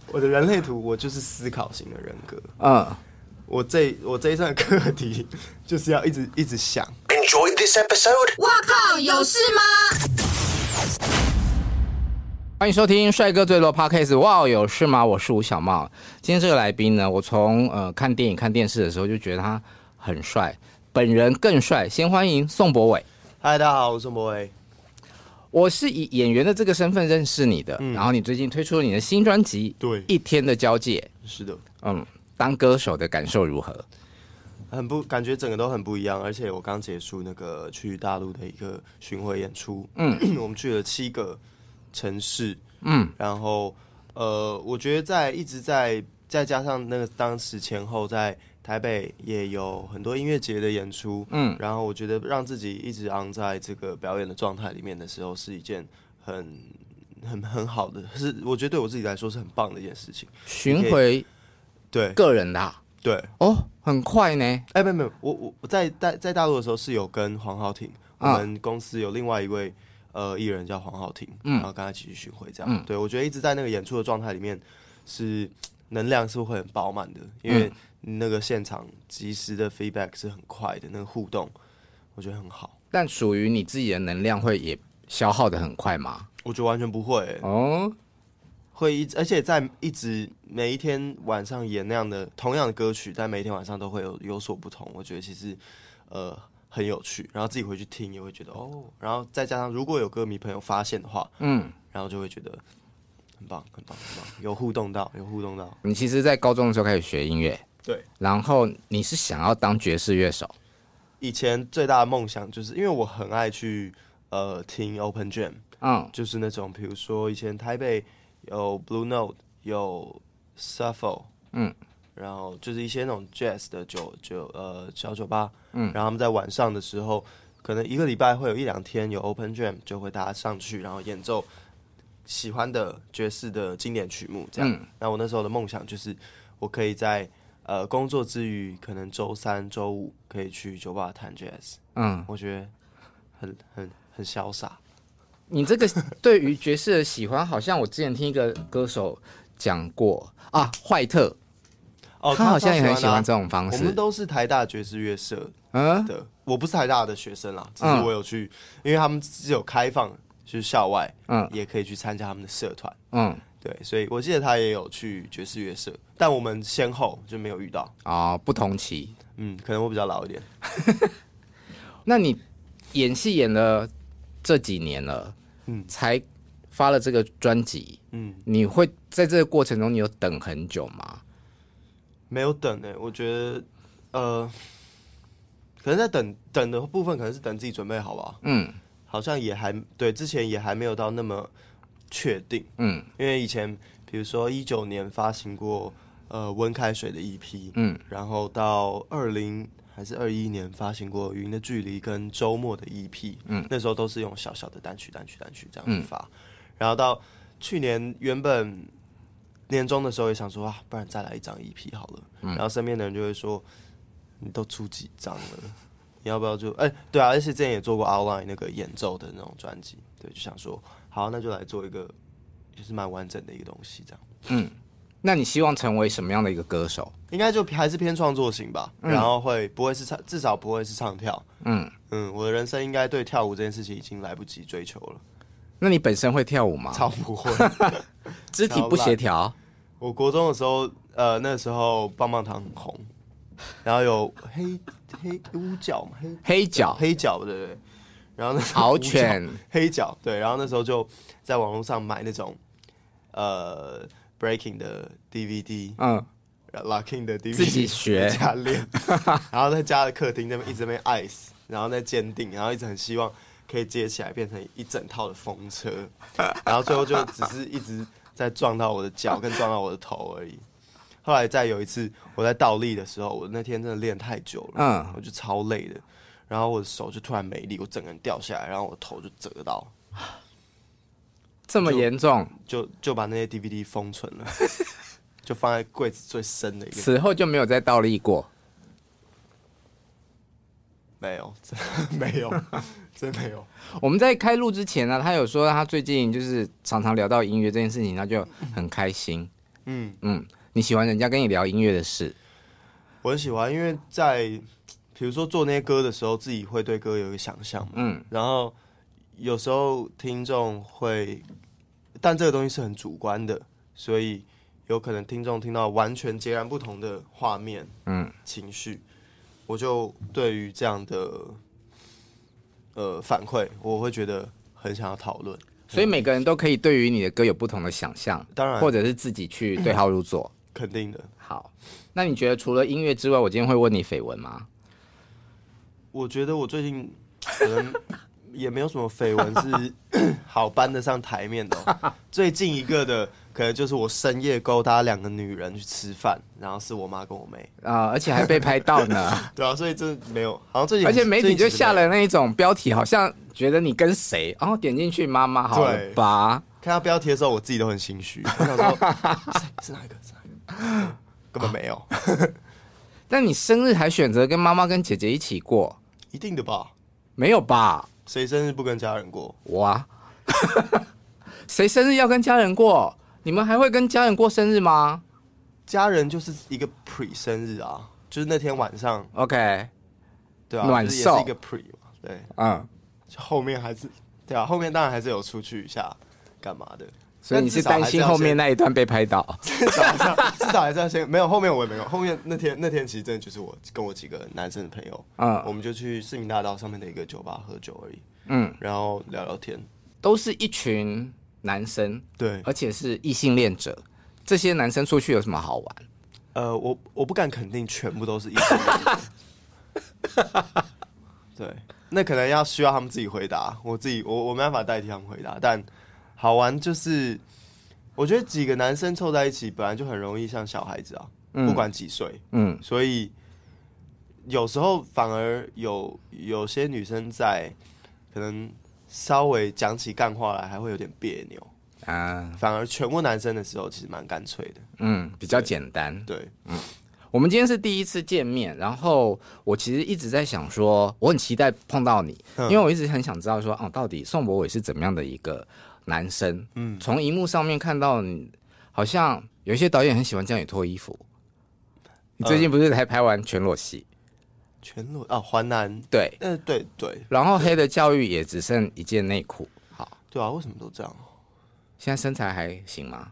我的人类图，我就是思考型的人格。我这一生的课题就是要一直想。 Enjoy this episode。 哇靠，有事吗？ 欢迎收听帅哥最多 Podcast。哇，有事吗？我是吴小茂。今天这个来宾呢，我从看电影、看电视的时候就觉得他很帅，本人更帅。先欢迎宋博伟。 嗨，大家好，我是宋博伟。 我是以演员的这个身份认识你的，然后你最近推出了你的新专辑， 对， 一天的交界。 是的， 当歌手的感受如何？ 感觉整个都很不一样，而且我刚结束那个去大陆的一个巡回演出，我们去了7个城市，然后我觉得再加上那个当时前后在台北也有很多音乐节的演出，然后我觉得让自己一直昂在这个表演的状态里面的时候，是一件很好的，是我觉得对我自己来说是很棒的一件事情。 巡回， 对， 个人的、啊， 对， 很快呢。 没有，我在大陆的时候是有跟黄浩庭，我们公司有另外一位艺人叫黄浩庭，然后跟他一起去巡回这样。对，我觉得一直在那个演出的状态里面是能量是会很饱满的，因为那个现场及时的 feedback 是很快的，那个互动我觉得很好。 但属于你自己的能量会也消耗的很快吗？ 我觉得完全不会会而且在一直每一天晚上演那样的同样的歌曲，但每一天晚上都会有所不同。我觉得其实很有趣，然后自己回去听也会觉得然后再加上如果有歌迷朋友发现的话，然后就会觉得很棒，有互动到。 你其实，在高中的时候开始学音乐， 对， 然后你是想要当爵士乐手。 以前最大的梦想就是因为我很爱去听 Open Jam，就是那种比如说以前台北有 Blue Note 有 Shuffle，然后就是一些那种 Jazz 的小酒吧，然后他们在晚上的时候，可能1个礼拜会有1-2天有 Open Jam， 就会大家上去，然后演奏喜欢的爵士的经典曲目，这样。那我那时候的梦想就是，我可以在工作之余，可能周3、周5可以去酒吧弹 Jazz，我觉得很潇洒。 你这个对于爵士的喜欢，好像我之前听一个歌手讲过啊，坏特，他好像也很喜欢这种方式。 我们都是台大爵士乐社的，我不是台大的学生啦，只是我有去，因为他们只有开放，就是校外，也可以去参加他们的社团，对，所以我记得他也有去爵士乐社，但我们先后就没有遇到不同期， 可能我比较老一点。 那你演戏演了这几年了，才发了这个专辑，你会在这个过程中，你有等很久吗？ 没有等我觉得可能在等的部分，可能是等自己准备好吧。好像也还对，之前也还没有到那么确定。因为以前比如说19年发行过温开水的 EP，然后到20还是21年发行过云的距离跟周末的 EP，那时候都是用小小的单曲这样发，然后到去年原本年终的时候也想说不然再来一张 EP 好了，然后身边的人就会说你都出几张了，你要不要就对啊，而且之前也做过 Outline 那个演奏的那种专辑，对，就想说好，那就来做一个就是蛮完整的一个东西这样。 那你希望成为什么样的一个歌手？ 应该就还是偏创作型吧，然后不会是至少不会是唱跳。我的人生应该对跳舞这件事情已经来不及追求了。 那你本身会跳舞吗？ 超不会， 肢体不协调。 我国中的时候，那时候棒棒糖很红，然后有黑乌角嘛，黑角对，然后那獒犬黑角对，然后那时候就在网络上买那种breaking 的 DVD，locking 的 DVD， 自己学加练，然后在家的客厅那边一直在那边 ice， 然后在坚定，然后一直很希望可以接起来变成一整套的风车，然后最后就只是一直在撞到我的脚跟撞到我的头而已。后来再有一次我在倒立的时候，我那天真的练太久了，我就超累的，然后我的手就突然没力，我整个人掉下来，然后我的头就折到。 这么严重， 就把那些 DVD 封存了，就放在柜子最深的一个。 此后就没有再倒立过。 没有，没有，真没有。 我们在开录之前呢，他有说他最近就是常常聊到音乐这件事情，他就很开心。 你喜欢人家跟你聊音乐的事？ 我很喜欢，因为在比如说做那些歌的时候，自己会对歌有一个想象嘛，然后有时候听众会，但这个东西是很主观的，所以有可能听众听到完全截然不同的画面，情绪，我就对于这样的反馈，我会觉得很想要讨论。 所以每个人都可以对于你的歌有不同的想象， 当然， 或者是自己去对号入座， 肯定的。 好，那你觉得除了音乐之外，我今天会问你绯闻吗？ 我觉得我最近可能也没有什么绯闻是好搬得上台面的最近一个的可能就是我深夜勾搭2个女人去吃饭，然后是我妈跟我妹而且还被拍到呢。 对啊，所以真的没有，好像最近而且媒体就下了那一种标题，好像觉得你跟谁，然后点进去妈妈好了吧？ 看到标题的时候，我自己都很心虚，我想说是哪一个？根本没有。 但你生日还选择跟妈妈跟姐姐一起过， 一定的吧？ 没有吧？ 谁生日不跟家人过？ 我啊。谁生日要跟家人过？你们还会跟家人过生日吗？ 家人就是一个 pre 生日啊，就是那天晚上 ，OK， 对啊， 暖寿就是也是一个 pre 嘛，对，后面还是对啊，后面当然还是有出去一下干嘛的。 所以你是担心后面那一段被拍到？ 至少还是要先没有，后面我也没有。后面那天其实真的就是我跟我几个男生的朋友，我们就去市民大道上面的一个酒吧喝酒而已，然后聊聊天， 都是一群男生， 对， 而且是异性恋者。这些男生出去有什么好玩？ 我不敢肯定全部都是异性恋者，对，那可能需要他们自己回答，我没办法代替他们回答，但。好玩就是，我觉得几个男生凑在一起，本来就很容易像小孩子啊，不管几岁，所以有时候反而有些女生在，可能稍微讲起干话来还会有点别扭啊，反而全部男生的时候其实蛮干脆的， 比较简单， 对， 我们今天是第一次见面，然后我其实一直在想说，我很期待碰到你，因为我一直很想知道说，到底宋博伟是怎么样的一个男生，从荧幕上面看到你，好像有一些导演很喜欢叫你脱衣服。你最近不是才拍完全裸戏？ 全裸啊，华南对， 对。 然后黑的教育也只剩一件内裤。好， 对啊，为什么都这样？ 现在身材还行吗？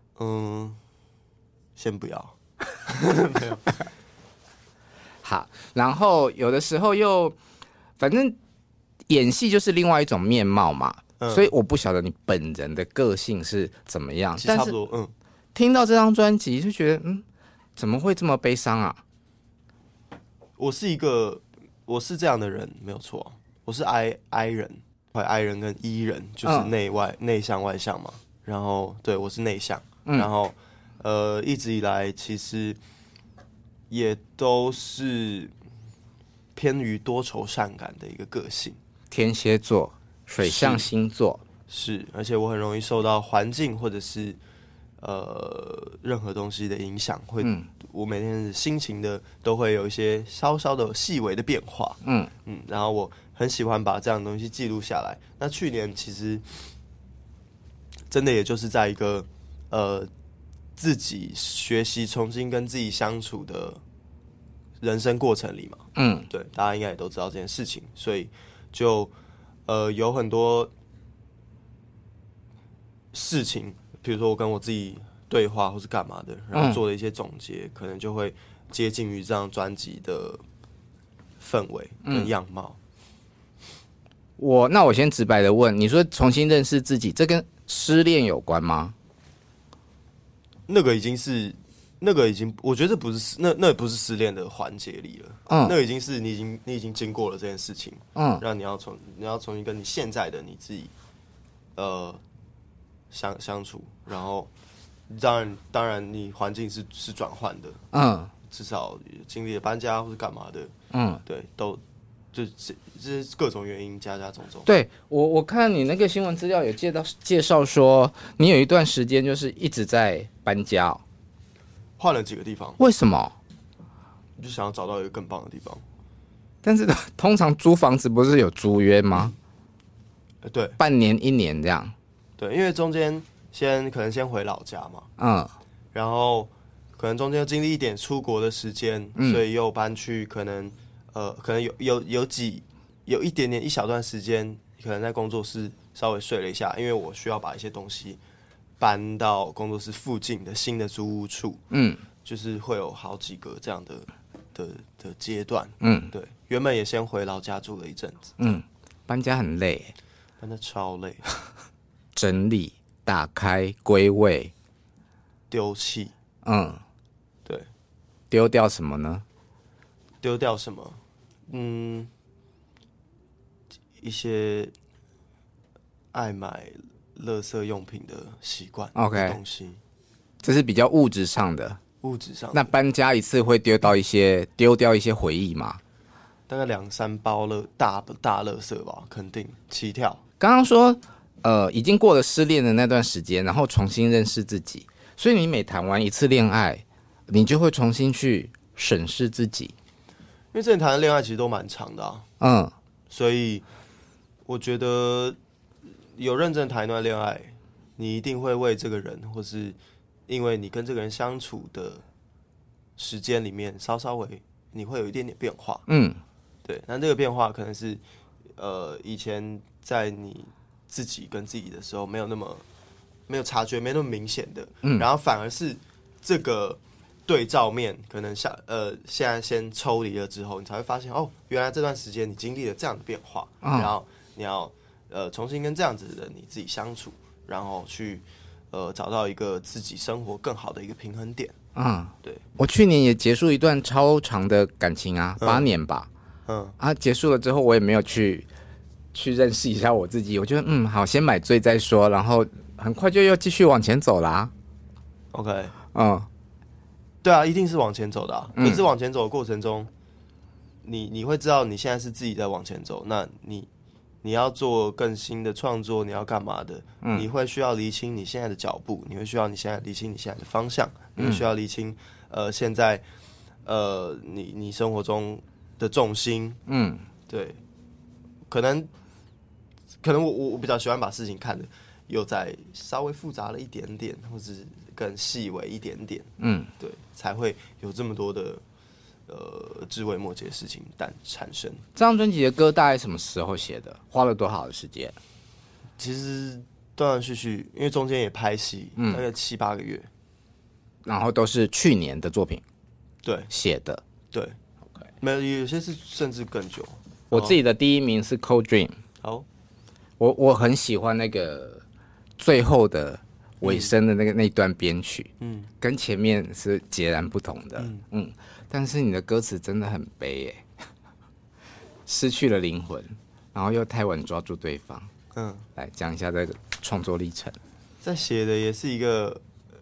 先不要。没有。 好，然后有的时候又，反正演戏就是另外一种面貌嘛。所以我不晓得你本人的个性是怎么样， 差不多。 听到这张专辑就觉得，怎么会这么悲伤啊？ 我是这样的人，没有错。我是 I 人，I 人跟 E 人就是内向外向嘛。然后对我是内向，然后一直以来其实也都是偏于多愁善感的一个个性， 天蝎座。水象星座是，而且我很容易受到环境或者是任何东西的影响，我每天的心情的都会有一些稍稍的细微的变化，然后我很喜欢把这样的东西记录下来。那去年其实真的也就是在一个自己学习重新跟自己相处的人生过程里嘛，对，大家应该也都知道这件事情，所以就。有很多事情，比如说我跟我自己对话或是干嘛的，然后做了一些总结，可能就会接近于这张专辑的氛围跟样貌。 那我先直白的问，你说重新认识自己，这跟失恋有关吗？ 那个已经，我觉得不是那不是失恋的环节里了，那已经是你已经经过了这件事情，让你要重新跟你现在的你自己，相处，然后当然你环境是转换的，至少经历了搬家或是干嘛的，对，都就这各种原因加种种。 对我看你那个新闻资料有介绍说，你有一段时间就是一直在搬家。 换了几个地方， 为什么？ 就想要找到一个更棒的地方。 但是通常租房子不是有租约吗？ 对， 半年1年这样。 对，因为中间可能先回老家嘛， 然后可能中间又经历一点出国的时间，所以又搬去可能有一点点一小段时间，可能在工作室稍微睡了一下，因为我需要把一些东西搬到工作室附近的新的租屋处，就是会有好几个这样的阶段，对，原本也先回老家住了一阵子， 搬家很累， 搬家超累， 整理、打开、归位、 丢弃，对， 丢掉什么呢？ 丢掉什么？一些爱买垃圾用品的习惯，OK， 东西， 这是比较物质上的。 物质上的， 那搬家一次会丢掉一些回忆吗？ 大概2-3包大垃圾吧，肯定起跳。 刚刚说，已经过了失恋的那段时间，然后重新认识自己，所以你每谈完一次恋爱，你就会重新去审视自己。 因为之前谈的恋爱其实都蛮长的啊，所以我觉得有认真谈一段恋爱，你一定会为这个人，或是因为你跟这个人相处的时间里面，稍微你会有一点点变化，对。但这个变化可能是以前在你自己跟自己的时候没有察觉，没那么明显的，然后反而是这个对照面，可能现在先抽离了之后，你才会发现哦，原来这段时间你经历了这样的变化，然后你要重新跟这样子的你自己相处，然后去找到一个自己生活更好的一个平衡点。对，我去年也结束一段超长的感情啊，8年吧。结束了之后，我也没有去认识一下我自己。我觉得好，先买醉再说，然后很快就又继续往前走啦。 OK，对啊，一定是往前走的啊。可是往前走的过程中，你会知道你现在是自己在往前走，那你要做更新的创作，你要干嘛的？你会需要厘清你现在的脚步，你会需要你现在厘清你现在的方向，你会需要厘清现在你生活中的重心。对，可能我比较喜欢把事情看得又再稍微复杂了一点点，或者是更细微一点点。对，才会有这么多的枝微末节的事情产生。 这张专辑的歌大概什么时候写的？花了多少的时间？ 其实断断续续，因为中间也拍戏，大概7-8个月， 然后都是去年的作品， 对， 写的， 对， okay. 没有些是甚至更久。 我自己的第1名是 Cold Dream， 好， 我很喜欢那个最后的尾声的那段编曲，跟前面是截然不同的，但是你的歌词真的很悲耶，失去了灵魂，然后又太晚抓住对方。来讲一下这个创作历程。 在写的也是一个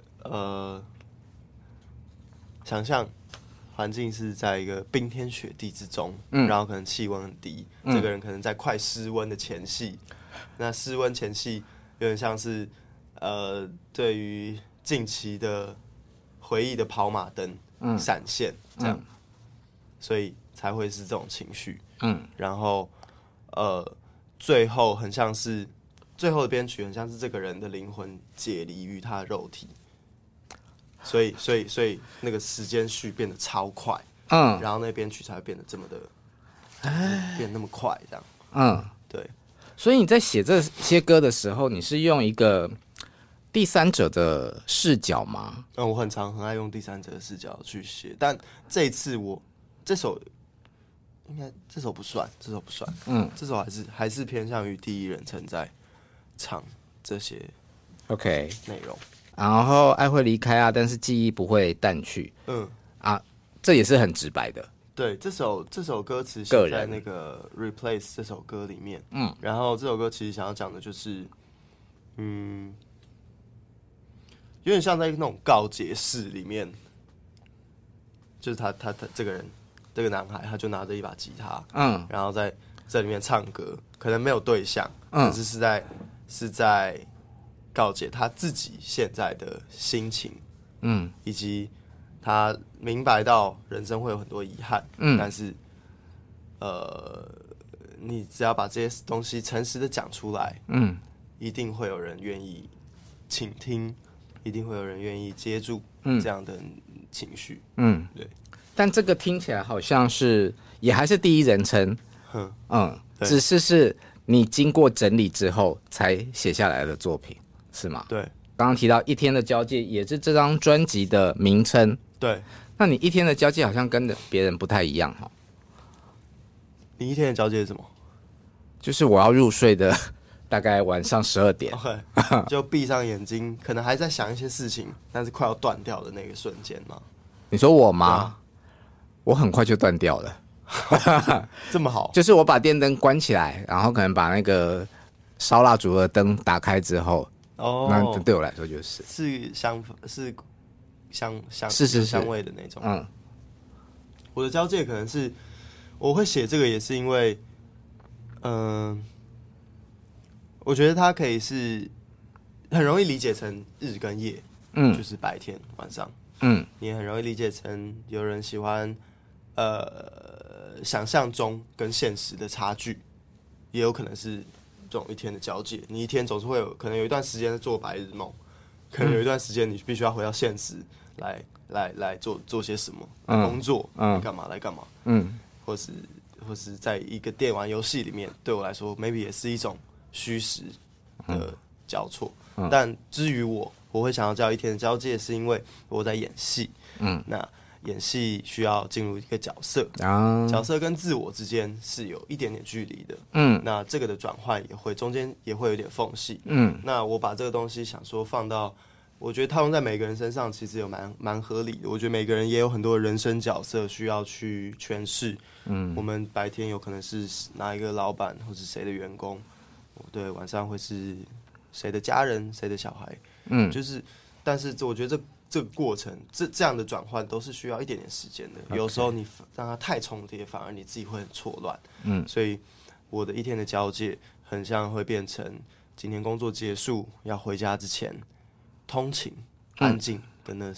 想象环境是在一个冰天雪地之中，然后可能气温很低，这个人可能在快失温的前夕，那失温前夕有点像是对于近期的回忆的跑马灯闪现这样，所以才会是这种情绪。然后最后很像是最后的编曲，很像是这个人的灵魂解离于他的肉体，所以那个时间序变得超快，然后那编曲才会变得这么的，变得那么快这样。对。 所以你在写这些歌的时候，你是用一个第三者的视角吗？ 我很爱用第三者的视角去写，但这一次这首应该这首不算，这首还是偏向于第一人称在唱这些 OK 内容。 然后爱会离开啊，但是记忆不会淡去。这也是很直白的。 对，这首歌词写在那个 Replace 这首歌里面。然后这首歌其实想要讲的就是，有点像在那种告解室里面，就是他这个人，这个男孩，他就拿着一把吉他，然后在这里面唱歌，可能没有对象，可是是在告解他自己现在的心情，以及他明白到人生会有很多遗憾，但是你只要把这些东西诚实的讲出来，一定会有人愿意倾听， 一定会有人愿意接住这样的情绪。对。 但这个听起来好像是也还是第一人称，只是你经过整理之后才写下来的作品，是吗？ 对。 刚刚提到一天的交界也是这张专辑的名称， 对。 那你一天的交界好像跟别人不太一样哈。 你一天的交界是什么？ 就是我要入睡的，大概晚上12点。 OK， 就闭上眼睛，可能还在想一些事情，但是快要断掉的那个瞬间嘛。 你说我吗？我很快就断掉了。 这么好？ 就是我把电灯关起来，然后可能把那个烧蜡烛的灯打开之后，那对我来说就是香味的那种。我的交界可能是我会写这个，也是因为，我觉得它可以是很容易理解成日跟夜，就是白天晚上，你也很容易理解成有人喜欢想象中跟现实的差距，也有可能是这种一天的交界。你一天总是会可能有一段时间在做白日梦，可能有一段时间你必须要回到现实来做些什么工作，干嘛来干嘛，或是在一个电玩游戏里面，对我来说 maybe 也是一种虚实的交错。但至于我会想要叫一天的交界，是因为我在演戏，那演戏需要进入一个角色，角色跟自我之间是有一点点距离的，那这个的转换中间也会有点缝隙，那我把这个东西想说放到，我觉得套用在每个人身上，其实有蛮合理的。我觉得每个人也有很多人生角色需要去诠释，我们白天有可能是哪一个老板或是谁的员工，对，晚上会是谁的家人、谁的小孩，就是，但是我觉得这个过程，这样的转换都是需要一点点时间的。有时候你让它太重叠，反而你自己会很错乱。所以我的一天的交界，很像会变成今天工作结束要回家之前，通勤安静的那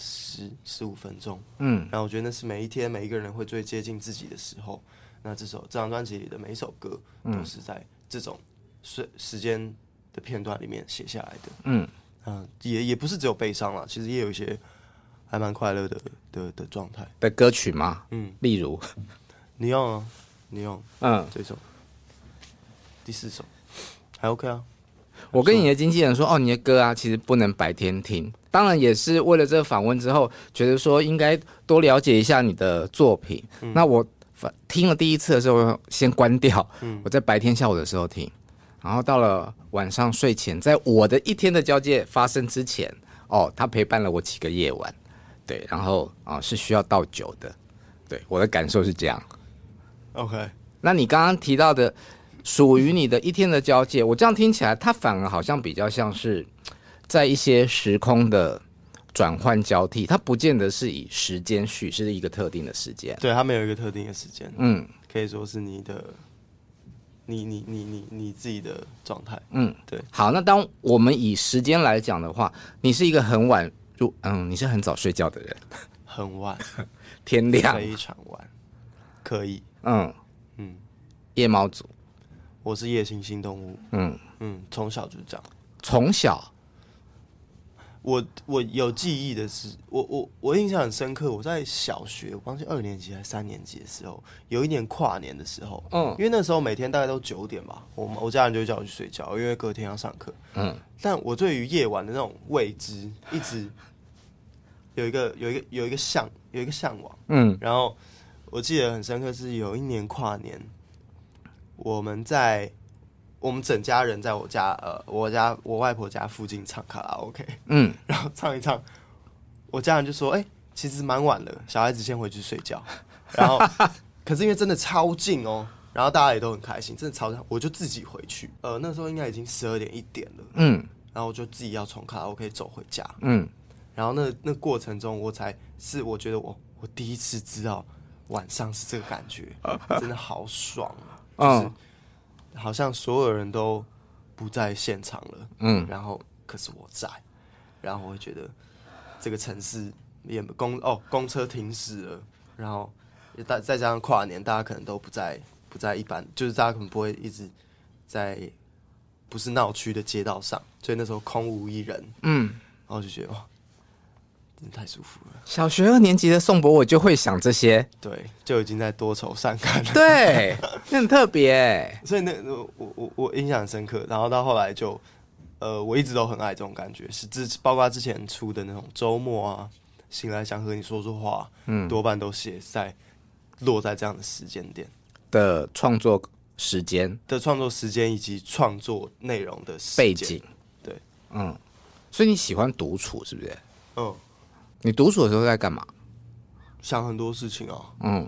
15分钟。然后我觉得那是每一天每一个人会最接近自己的时候。那这张专辑里的每一首歌，都是在这种时间的片段里面写下来的。也不是只有悲伤啦，其实也有一些还蛮快乐的状态的歌曲吗？例如你用，这首第4首还 OK 啊。 我跟你的经纪人说，你的歌啊，其实不能白天听。当然也是为了这个访问之后，觉得说应该多了解一下你的作品。那我听了第一次的时候，先关掉，我在白天下午的时候听。然后到了晚上睡前，在我的一天的交界发生之前，他陪伴了我几个夜晚，对，然后是需要倒酒的，对，我的感受是这样。 OK， 那你刚刚提到的属于你的一天的交界，我这样听起来，它反而好像比较像是在一些时空的转换交替，它不见得是以时间序是一个特定的时间， 对，它没有一个特定的时间，可以说是你的。你自己的状态，对。 好，那当我们以时间来讲的话，你是一个很晚你是很早睡觉的人， 很晚， 天亮， 非常晚，可以， 夜猫族， 我是夜行性动物，从小就是这样， 从小。 我有记忆的是，我印象很深刻。我在小学，我忘记2年级还是3年级的时候，有一年跨年的时候，因为那时候每天大概都9点吧，我家人就叫我去睡觉，因为隔天要上课，但我对于夜晚的那种未知，一直有一个向往，然后我记得很深刻是有一年跨年，我们整家人在我外婆家附近唱卡拉 OK， 然后唱一唱，我家人就说，其实蛮晚了，小孩子先回去睡觉。然后，可是因为真的超近哦，然后大家也都很开心，真的超近，我就自己回去。那时候应该已经12点1点了，然后我就自己要从卡拉 OK 走回家，然后那过程中，我觉得我第一次知道晚上是这个感觉，真的好爽就是好像所有人都不在现场了，然后可是我在，然后我会觉得这个城市也公车停驶了，然后再加上跨年，大家可能都不在一般，就是大家可能不会一直在不是闹区的街道上，所以那时候空无一人，然后就觉得太舒服了。 小学2年级的宋博伟就会想这些， 对，就已经在多愁善感了。 对，那很特别。 所以我印象很深刻。然后到后来就，我一直都很爱这种感觉，包括之前出的那种周末啊，醒来想和你说说话，多半都写在落在这样的时间点的创作时间以及创作内容的背景。 对， 所以你喜欢独处是不是？ 你独处的时候在干嘛？ 想很多事情啊。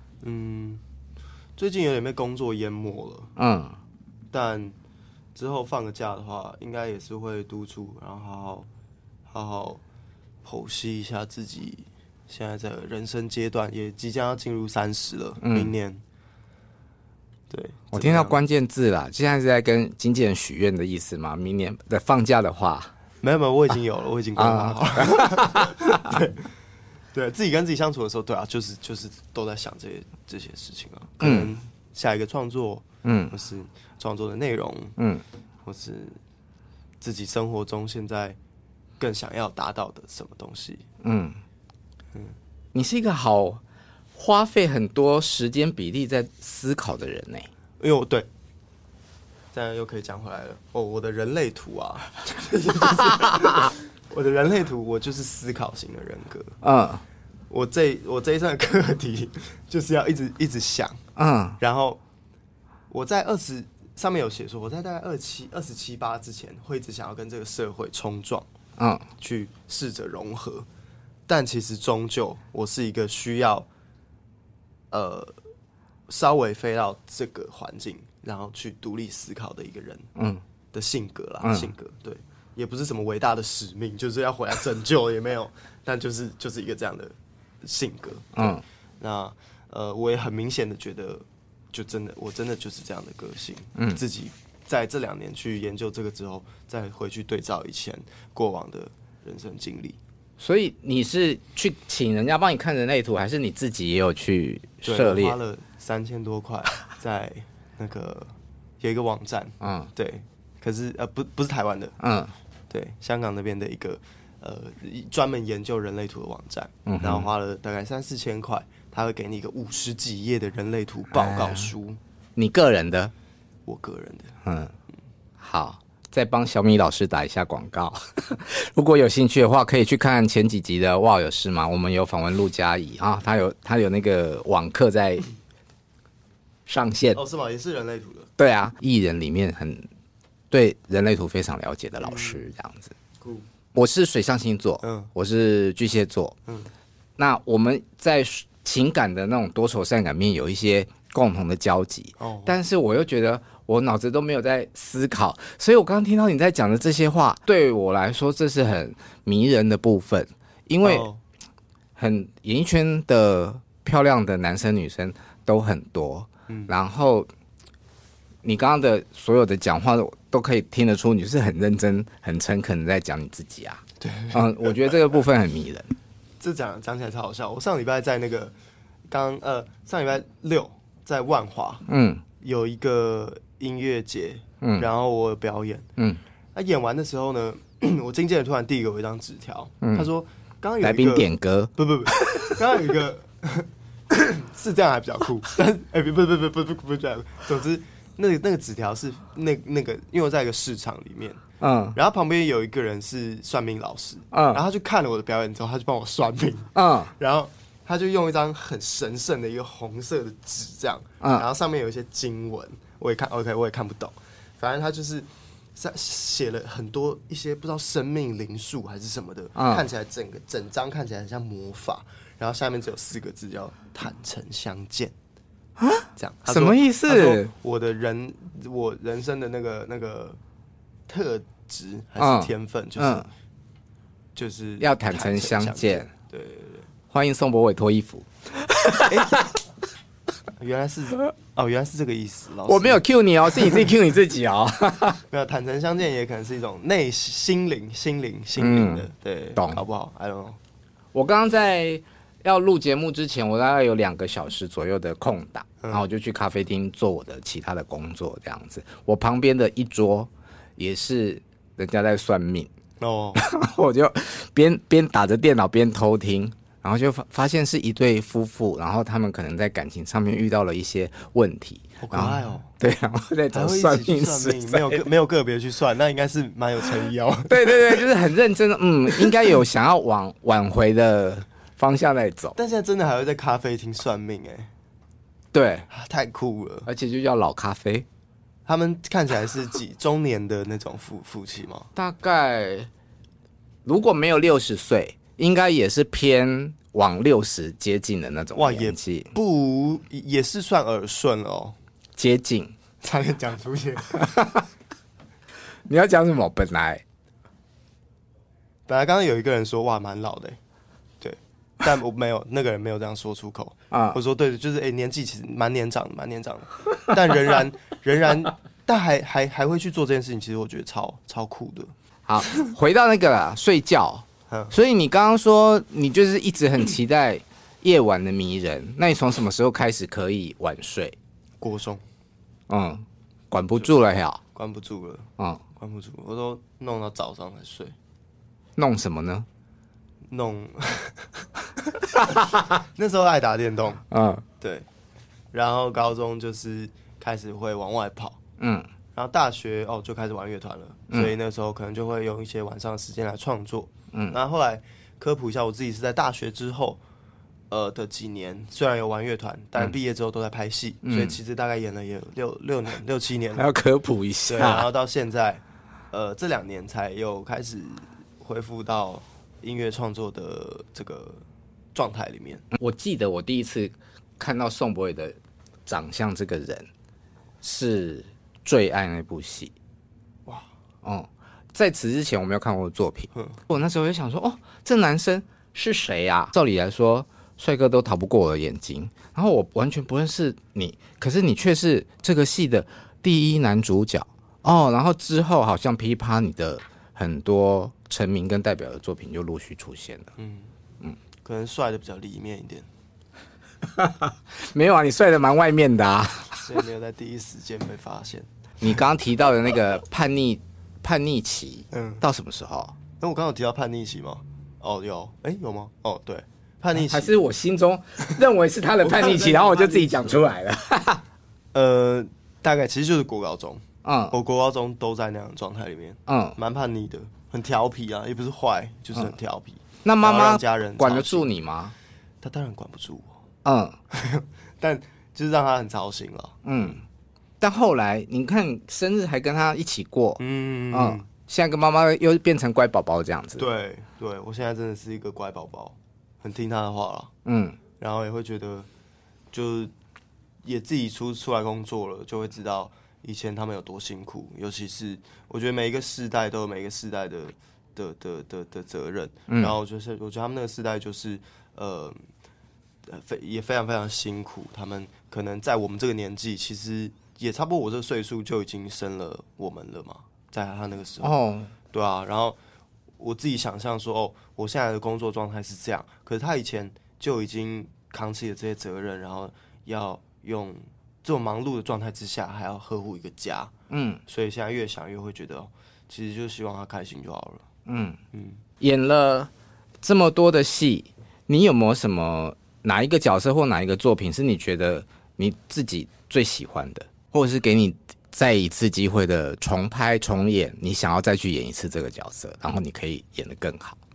最近有点被工作淹没了。但之后放个假的话，应该也是会督促，然后好好剖析一下自己现在的人生阶段，也即将要进入30了，明年。对， 我听到关键字啦，现在是在跟经纪人许愿的意思吗？明年的放假的话， 没有，我已经有了，我已经规划好了。对，自己跟自己相处的时候，对啊，就是都在想这些事情啊，可能下一个创作，或是创作的内容，或是自己生活中现在更想要达到的什么东西。 你是一个好花费很多时间比例在思考的人呢。 因为对，这样又可以讲回来了。我的人类图啊，我的人类图，我就是思考型的人格。我这一生的课题就是要一直想。然后我在上面有写说，我在大概27、8之前，会一直想要跟这个社会冲撞，去试着融合。但其实终究，我是一个需要稍微飞到这个环境，然后去独立思考的一个人，的性格啦，性格对，也不是什么伟大的使命，就是要回来拯救也没有，但就是一个这样的性格。那我也很明显的觉得，我真的就是这样的个性。自己在这2年去研究这个之后，再回去对照以前过往的人生经历。 所以你是去请人家帮你看人类图，还是你自己也有去涉猎？ 花了3000多块在那个有一个网站，对，可是不是台湾的，对，香港那边的一个专门研究人类图的网站，然后花了大概3-4千块，他会给你一个50几页的人类图报告书。 你个人的？ 我个人的。 好。再帮小米老师打一下广告，如果有兴趣的话，可以去看前几集的《哇有事吗》，我们有访问陆佳怡啊，他有那个网课在上线。 是吗？也是人类图的。 对啊，艺人里面很对人类图非常了解的老师这样子。我是水象星座，我是巨蟹座，那我们在情感的那种多愁善感面有一些共同的交集，但是我又觉得我脑子都没有在思考，所以我刚刚听到你在讲的这些话，对我来说这是很迷人的部分，因为演艺圈的漂亮的男生女生都很多，然后你刚刚的所有的讲话都可以听得出你是很认真很诚恳的在讲你自己啊。 对， 我觉得这个部分很迷人。 这讲起来超好笑。我上礼拜在那个上礼拜6在万华，有一个音乐节，然后我有表演，那演完的时候呢，我经纪人突然递给我一张纸条，他说刚刚有一个来宾点歌， 不，刚刚有一个是这样还比较酷，但不这样。总之，那个纸条是那个，因为我在一个市场里面，然后旁边有一个人是算命老师，然后他就看了我的表演之后，他就帮我算命，然后他就用一张很神圣的一个红色的纸，这样，然后上面有一些经文，我也看不懂，反正他就是写了很多一些不知道生命灵数还是什么的，看起来整张看起来很像魔法，然后下面只有4个字叫坦诚相见。这样什么意思？ 他说我人生的那个特质还是天分，就是要坦诚相见。 对， 欢迎宋博伟脱衣服。 原来是这个意思。老师， 我没有 cue 你哦，是你自己 cue 你自己哦。 没有，坦诚相见也可能是一种心灵的，对， 懂好不好 ？I don't know。 我刚刚在要录节目之前，我大概有2个小时左右的空档，然后我就去咖啡厅做我的其他的工作，这样子。我旁边的一桌也是人家在算命， 哦， 我就边打着电脑边偷听，然后就发现是一对夫妇，然后他们可能在感情上面遇到了一些问题。 好可爱哦！ 对，然后在找算命师， 没有个别去算，那应该是蛮有诚意哦。 对对对，就是很认真的，应该有想要往挽回的方向在走。 但现在真的还会在咖啡厅算命哎， 对， 太酷了， 而且就叫老咖啡。 他们看起来是中年的那种夫妻吗？ 大概如果没有60岁，应该也是偏往60接近的那种年纪。 也是算耳顺了哦， 接近。 差点讲出去。 你要讲什么？本来刚刚有一个人说哇蛮老的，对，但我没有，那个人没有这样说出口啊。我说对，就是年纪其实蛮年长的，但仍然，但还会去做这件事情，其实我觉得超酷的。 好，回到那个啦，睡觉。所以你刚刚说你就是一直很期待夜晚的迷人，那你从什么时候开始可以晚睡？ 国中， 管不住了呀， 关不住了，关不住，我都弄到早上才睡。 弄什么呢？ 弄，那时候爱打电动，对，然后高中就是开始会往外跑，然后大学就开始玩乐团了，所以那时候可能就会用一些晚上的时间来创作，然后后来科普一下，我自己是在大学之后的几年，虽然有玩乐团，但毕业之后都在拍戏，所以其实大概演了也有6、7年了， 还要科普一下， 对，然后到现在这2年才又开始恢复到音乐创作的这个状态里面。 我记得我第一次看到宋博伟的长相，这个人是《最爱》那部戏。哇，在此之前我没有看过作品，我那时候就想说，这男生是谁啊？照理来说，帅哥都逃不过我的眼睛，然后我完全不认识你，可是你却是这个戏的第一男主角然后之后好像噼啪你的很多成名跟代表的作品就陆续出现了。 可能帅的比较里面一点。 没有啊，你帅的蛮外面的啊， 所以没有在第一时间被发现。 你刚刚提到的那个叛逆期，到什么时候？ 我刚刚有提到叛逆期吗？有，有吗？对，叛逆期还是我心中认为是他的叛逆期，然后我就自己讲出来了。 大概其实就是国高中，我国高中都在那样的状态里面，蛮叛逆的，很调皮啊，也不是坏，就是很调皮。 那妈妈家人管得住你吗？ 他当然管不住我，但就是让他很操心了， 但后来你看生日还跟他一起过，现在跟妈妈又变成乖宝宝这样子。 对，我现在真的是一个乖宝宝，很听他的话了，然后也会觉得，就也自己出来工作了，就会知道以前他们有多辛苦，尤其是我觉得每一个世代都有每一个世代的责任，然后就是我觉得他们那个世代就是也非常非常辛苦，他们可能在我们这个年纪，其实也差不多我这个岁数就已经生了我们了嘛，在他那个时候，对啊，然后我自己想象说，我现在的工作状态是这样，可是他以前就已经扛起了这些责任，然后要用这种忙碌的状态之下，还要呵护一个家，所以现在越想越会觉得，其实就希望他开心就好了。 演了这么多的戏，你有没有什么哪一个角色或哪一个作品是你觉得你自己最喜欢的，或者是给你再一次机会的重拍重演，你想要再去演一次这个角色，然后你可以演得更好？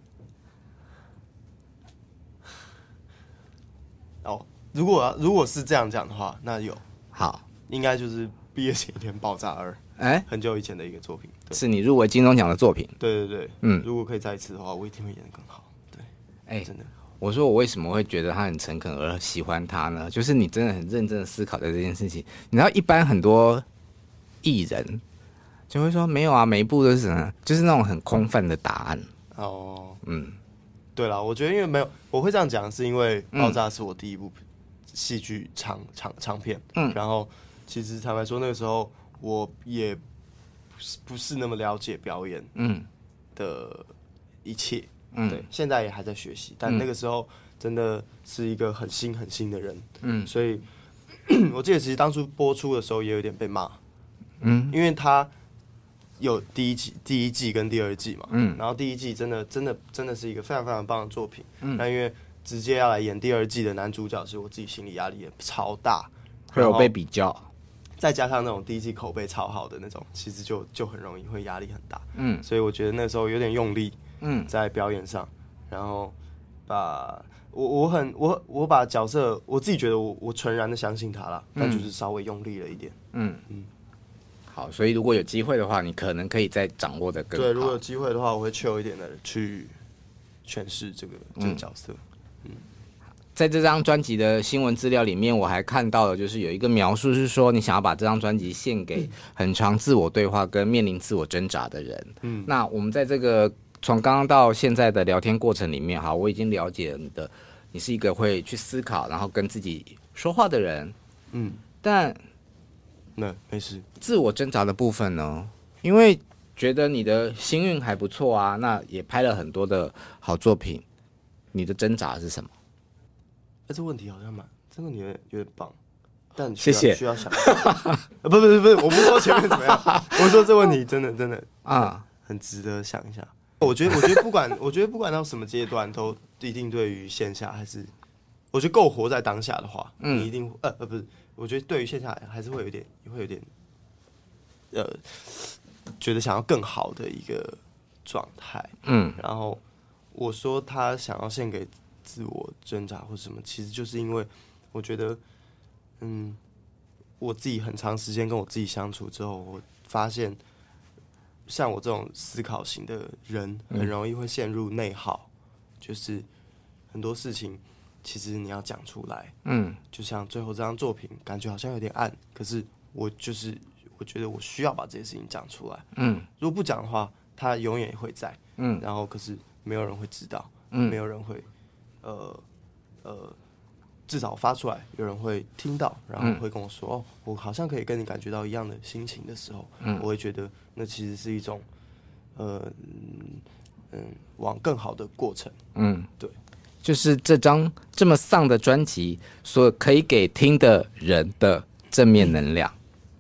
如果是这样讲的话，那好， 应该就是毕业前一天爆炸2，很久以前的一个作品， 是你入围金钟奖的作品。 对，如果可以再一次的话，我一定会演得更好。对，真的。 我说我为什么会觉得他很诚恳而喜欢他呢？就是你真的很认真的思考在这件事情。你知道，一般很多艺人就会说没有啊，每一部都是什么，就是那种很空泛的答案。 对啦，我觉得因为没有，我会这样讲，是因为《爆炸》是我第一部戏剧长片，然后其实坦白说，那个时候我也不是那么了解表演的一切，对，现在也还在学习，但那个时候真的是一个很新的人，所以我记得其实当初播出的时候也有点被骂，因为他有第一季跟第二季嘛，然后第一季真的是一个非常非常棒的作品，那因为直接要来演第二季的男主角，其实我自己心理压力也超大， 会有被比较， 再加上那种第一季口碑超好的那种，其实就很容易会压力很大，所以我觉得那时候有点用力，在表演上，然后把我把角色，我自己觉得我纯然的相信他了，但就是稍微用力了一点， 好，所以如果有机会的话，你可能可以再掌握的更好。 对，如果有机会的话，我会 chill 一点的去诠释这个角色。 在这张专辑的新闻资料里面，我还看到了，就是有一个描述是说，你想要把这张专辑献给很常自我对话跟面临自我挣扎的人。那我们在这个从刚刚到现在的聊天过程里面，好，我已经了解了你是一个会去思考，然后跟自己说话的人。但那没事。 自我挣扎的部分呢？因为觉得你的星运还不错啊，那也拍了很多的好作品，你的挣扎是什么？ 这问题好像这个问题有点棒，但谢谢需要想一下。不是，我不是说前面怎么样，我说这问题真的啊，很值得想一下。我觉得不管到什么阶段，都一定对于线下还是，我觉得够活在当下的话，你一定不是，我觉得对于线下还是会有点觉得想要更好的一个状态。然后我说他想要献给自我挣扎或什么，其实就是因为我觉得，我自己很长时间跟我自己相处之后，我发现，像我这种思考型的人，很容易会陷入内耗，就是很多事情其实你要讲出来，就像最后这张作品，感觉好像有点暗，可是我觉得我需要把这些事情讲出来，如果不讲的话，它永远会在，然后可是没有人会知道，没有人会。至少发出来，有人会听到，然后会跟我说：“哦，我好像可以跟你感觉到一样的心情的时候，我会觉得那其实是一种，往更好的过程。”对， 就是这张这么丧的专辑所可以给听的人的正面能量。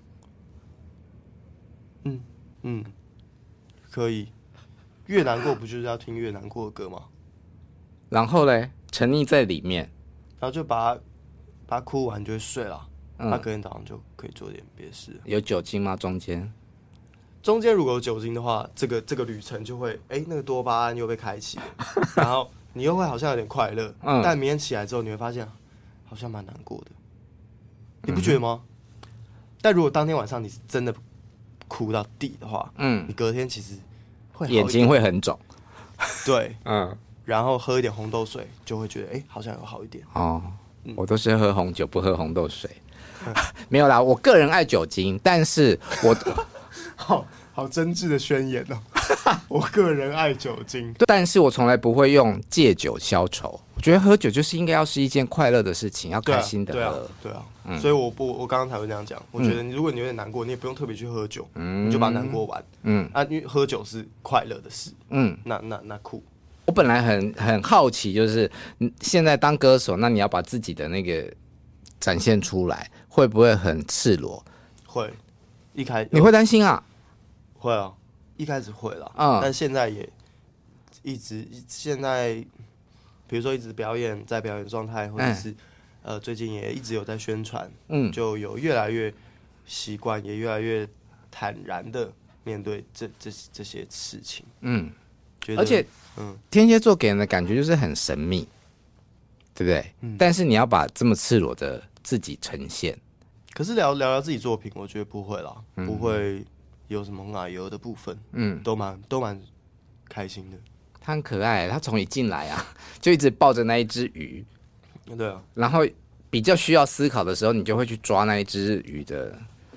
可以。越难过不就是要听越难过的歌吗？ 然后嘞，沉溺在里面， 然后就把它哭完就会睡了，那隔天早上就可以做点别的事。 有酒精吗？中间如果有酒精的话，这个旅程就会那个多巴胺又被开启了，然后你又会好像有点快乐，但明天起来之后你会发现好像蛮难过的，你不觉得吗？但如果当天晚上你是真的哭到底的话，你隔天其实会好一点， 眼睛会很肿， 对，然后喝一点红豆水，就会觉得好像有好一点。 我都是喝红酒，不喝红豆水。没有啦，我个人爱酒精，但是我好真挚的宣言哦。我个人爱酒精， 但是我从来不会用借酒消愁。我觉得喝酒就是应该要是一件快乐的事情，要开心的喝。 对啊，所以我刚刚才会这样讲。我觉得如果你有点难过，你也不用特别去喝酒，你就把难过完。因为喝酒是快乐的事。那酷。 我本来很好奇，就是现在当歌手，那你要把自己的那个展现出来，会不会很赤裸？ 会， 你会担心啊？ 会啊，一开始会啦，但现在也现在，比如说一直在表演状态，或者是最近也一直有在宣传，就有越来越习惯，也越来越坦然的面对这些事情， 而且天蝎座给人的感觉就是很神秘，对不对？但是你要把这么赤裸的自己呈现， 可是聊自己作品，我觉得不会啦，不会有什么奶油的部分，都蛮开心的。 他很可爱，他从一进来啊，就一直抱着那一只鱼， 对啊， 然后比较需要思考的时候，你就会去抓那一只鱼的，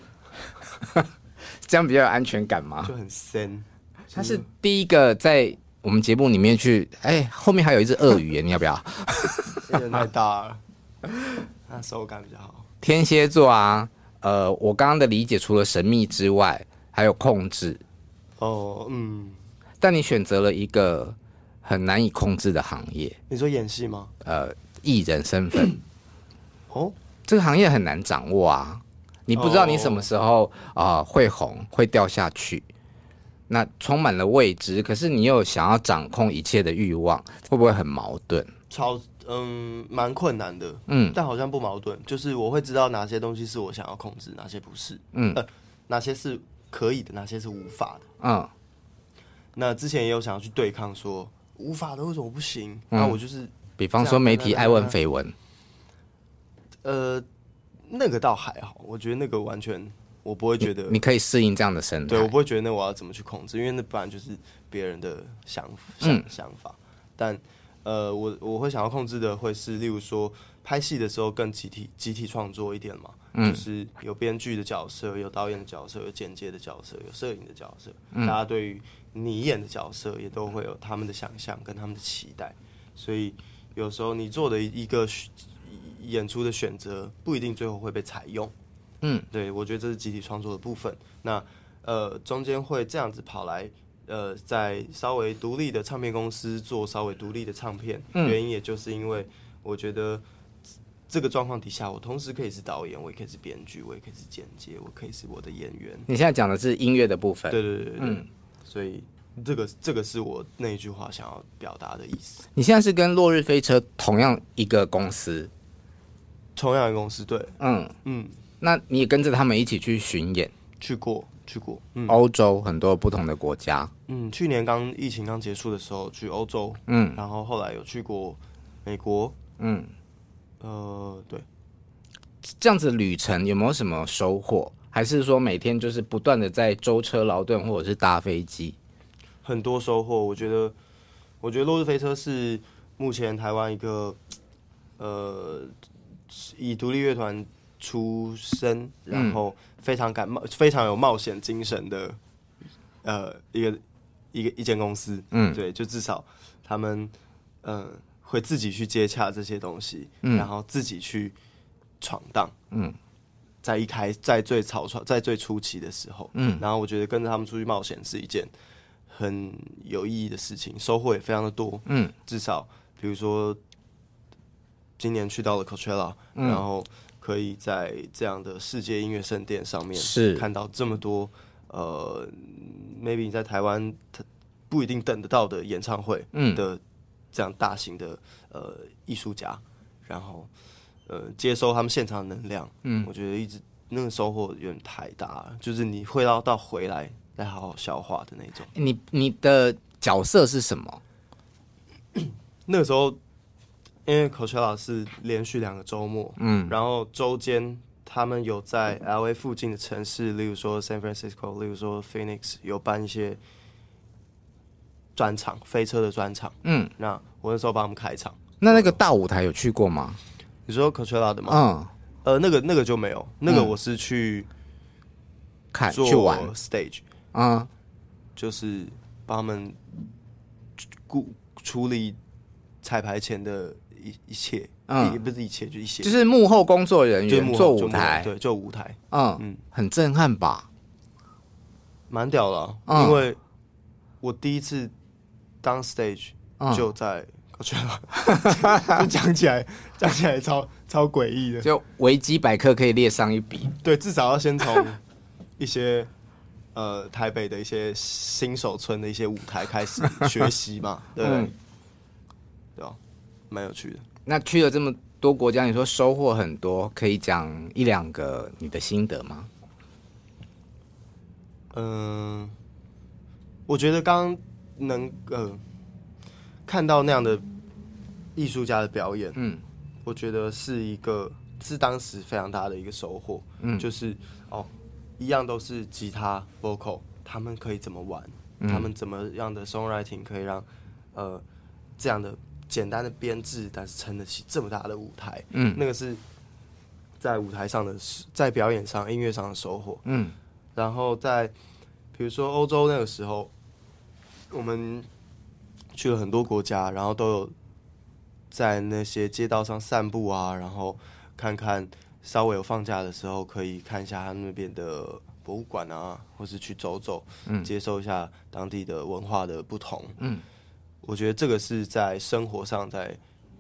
这样比较有安全感吗？ 就很深。 他是第一个在我们节目里面去，后面还有一只鳄鱼耶，你要不要？ 有点太大了，它手感比较好。 天蝎座啊，我刚刚的理解除了神秘之外，还有控制。但你选择了一个很难以控制的行业。 你说演戏吗？ 艺人身份。这个行业很难掌握啊，你不知道你什么时候会红，会掉下去。 那充满了未知，可是你又想要掌控一切的欲望，会不会很矛盾？ 蛮困难的，但好像不矛盾，就是我会知道哪些东西是我想要控制，哪些不是，哪些是可以的，哪些是无法的，那之前也有想要去对抗说无法的为什么不行？那我就是， 比方说媒体爱问绯闻， 那个倒还好，我觉得那个完全我不会觉得你可以适应这样的生态， 对我不会觉得那我要怎么去控制，因为那本来就是别人的想法，但我会想要控制的会是，例如说拍戏的时候更集体创作一点嘛，就是有编剧的角色，有导演的角色，有剪接的角色，有摄影的角色，大家对于你演的角色也都会有他们的想象跟他们的期待，所以有时候你做的一个演出的选择不一定最后会被采用，对，我觉得这是集体创作的部分。那中间会这样子跑来，在稍微独立的唱片公司做稍微独立的唱片，原因也就是因为我觉得这个状况底下，我同时可以是导演，我也可以是编剧，我也可以是剪接，我可以是我的演员。 你现在讲的是音乐的部分， 对，所以这个是我那一句话想要表达的意思。 你现在是跟落日飞车同样一个公司， 同样的公司，对， 那你也跟着他们一起去巡演， 去过， 欧洲很多不同的国家， 去年疫情刚结束的时候去欧洲，然后后来有去过美国，对， 这样子的旅程有没有什么收获？还是说每天就是不断的在舟车劳顿，或者是搭飞机？ 很多收获，我觉得落日飞车是目前台湾一个以独立乐团出身，然后非常有冒险精神的一间公司，对，就至少他们会自己去接洽这些东西，然后自己去闯荡，在最初期的时候，然后我觉得跟着他们出去冒险是一件很有意义的事情，收获也非常的多，至少比如说今年去到了 Coachella，然后可以在这样的世界音乐盛典上面看到这么多maybe 你在台湾不一定等得到的演唱会的这样大型的艺术家，然后接收他们现场的能量，我觉得一直那个收获有点太大了，就是你会到回来再好好消化的那种。 你的角色是什么？ 那个时候因为 Coachella 是连续2个周末，然后周间他们有在 LA 附近的城市，例如说 San Francisco， 例如说 Phoenix， 有办一些专场，飞车的专场，那我那时候帮他们开场。 那个大舞台有去过吗？ 你说 Coachella 的吗？那个就没有，那个我是去看去玩 stage，就是帮他们处理彩排前的一切，也不是一切，就一些， 就是幕后工作人员做舞台， 对，做舞台， 很震撼吧？ 蛮屌的啊，因为我第一次当 stage 就在 Coachella，就讲起来超诡异的， 就维基百科可以列上一笔。 对，至少要先从一些台北的一些新手村的一些舞台开始学习嘛，对，对吧？蛮有趣的。 那去了这么多国家，你说收获很多，可以讲1-2个你的心得吗？ 我觉得刚能看到那样的艺术家的表演，我觉得是当时非常大的一个收获，就是一样都是吉他 vocal， 他们可以怎么玩，他们怎么样的 songwriting 可以让这样的简单的编制，但是撑得起这么大的舞台，那个是在舞台上的，在表演上、音乐上的收获，然后在比如说欧洲那个时候，我们去了很多国家，然后都有在那些街道上散步啊，然后看看稍微有放假的时候，可以看一下他们那边的博物馆啊，或是去走走，接受一下当地的文化的不同。我觉得这个是在生活上的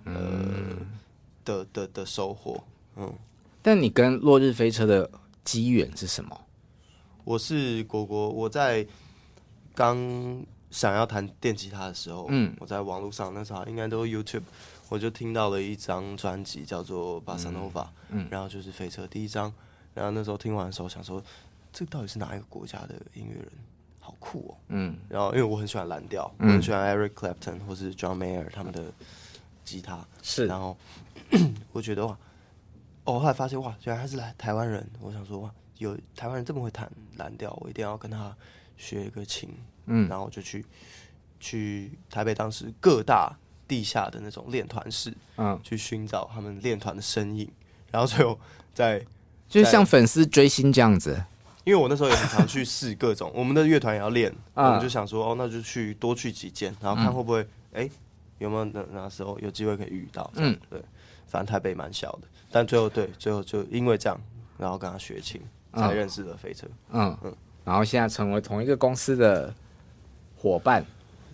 收获。 但你跟落日飞车的机缘是什么？ 我是我在刚想要弹电吉他的时候，我在网络上那时候应该都 YouTube， 我就听到了一张专辑叫做《Bossa Nova》，然后就是飞车第一张，然后那时候听完的时候想说，这到底是哪一个国家的音乐人？好酷哦，然后因为我很喜欢蓝调，我很喜欢 Eric Clapton 或是 John Mayer 他们的吉他， 是， 然后我觉得哇，后来发现哇，原来他是台湾人，我想说哇，有台湾人这么会弹蓝调，我一定要跟他学一个琴，然后我就去台北当时各大地下的那种练团室，去寻找他们练团的身影，然后最后就是像粉丝追星这样子。 因为我那时候也很常去试各种，我们的乐团也要练，我们就想说，那就多去几间，然后看会不会，有没有那时候有机会可以遇到，对，反正台北蛮小的，但最后就因为这样，然后跟他学琴，才认识了飞车， 然后现在成为同一个公司的伙伴，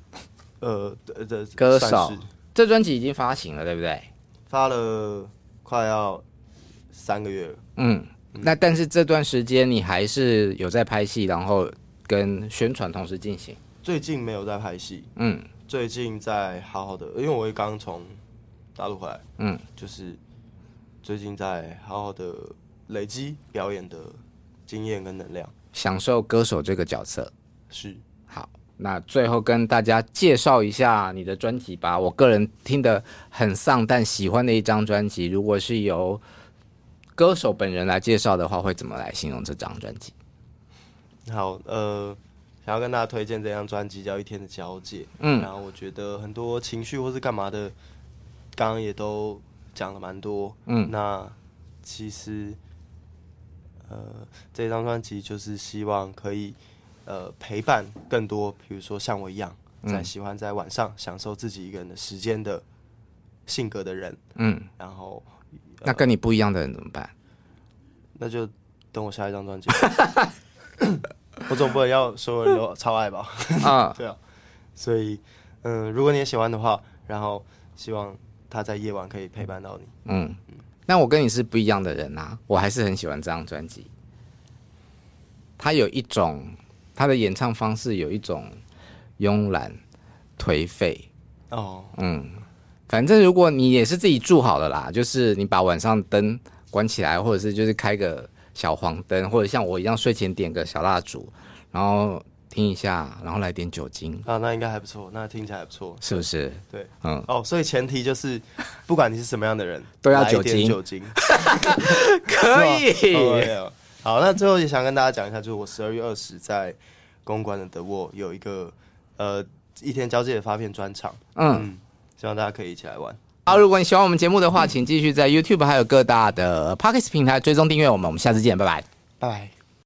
歌手。这专辑已经发行了，对不对？ 发了快要3个月了， 那但是这段时间你还是有在拍戏，然后跟宣传同时进行。 最近没有在拍戏，最近在好好的，因为我也刚从大陆回来，就是最近在好好的累积表演的经验跟能量， 享受歌手这个角色。 是。 好，那最后跟大家介绍一下你的专辑吧。我个人听得很丧但喜欢的一张专辑，如果是由歌手本人来介绍的话，会怎么来形容这张专辑？ 好，想要跟大家推荐这张专辑叫《一天的交界》，然后我觉得很多情绪或是干嘛的，刚刚也都讲了蛮多，那其实，这张专辑就是希望可以，陪伴更多，比如说像我一样，喜欢在晚上享受自己一个人的时间的性格的人，然后。 那跟你不一样的人怎么办？ 那就等我下一张专辑。我总不能要所有人都超爱吧？对啊。所以，如果你也喜欢的话，然后希望他在夜晚可以陪伴到你。 那我跟你是不一样的人啊，我还是很喜欢这张专辑。他有一种他的演唱方式有一种慵懒、颓废。反正如果你也是自己住好了啦，就是你把晚上灯关起来，或者是就是开个小黄灯，或者像我一样睡前点个小蜡烛，然后听一下，然后来点酒精啊，那应该还不错，那听起来还不错， 是不是？ 对，所以前提就是不管你是什么样的人， 都要酒精，可以。 好，那最后也想跟大家讲一下，就是我12月20在公馆的The Wall有一个一天交界的发片专场，希望大家可以一起来玩。 好，如果你喜欢我们节目的话，请继续在 YouTube 还有各大的 Podcast 平台追踪订阅我们。我们下次见，拜拜， 拜拜。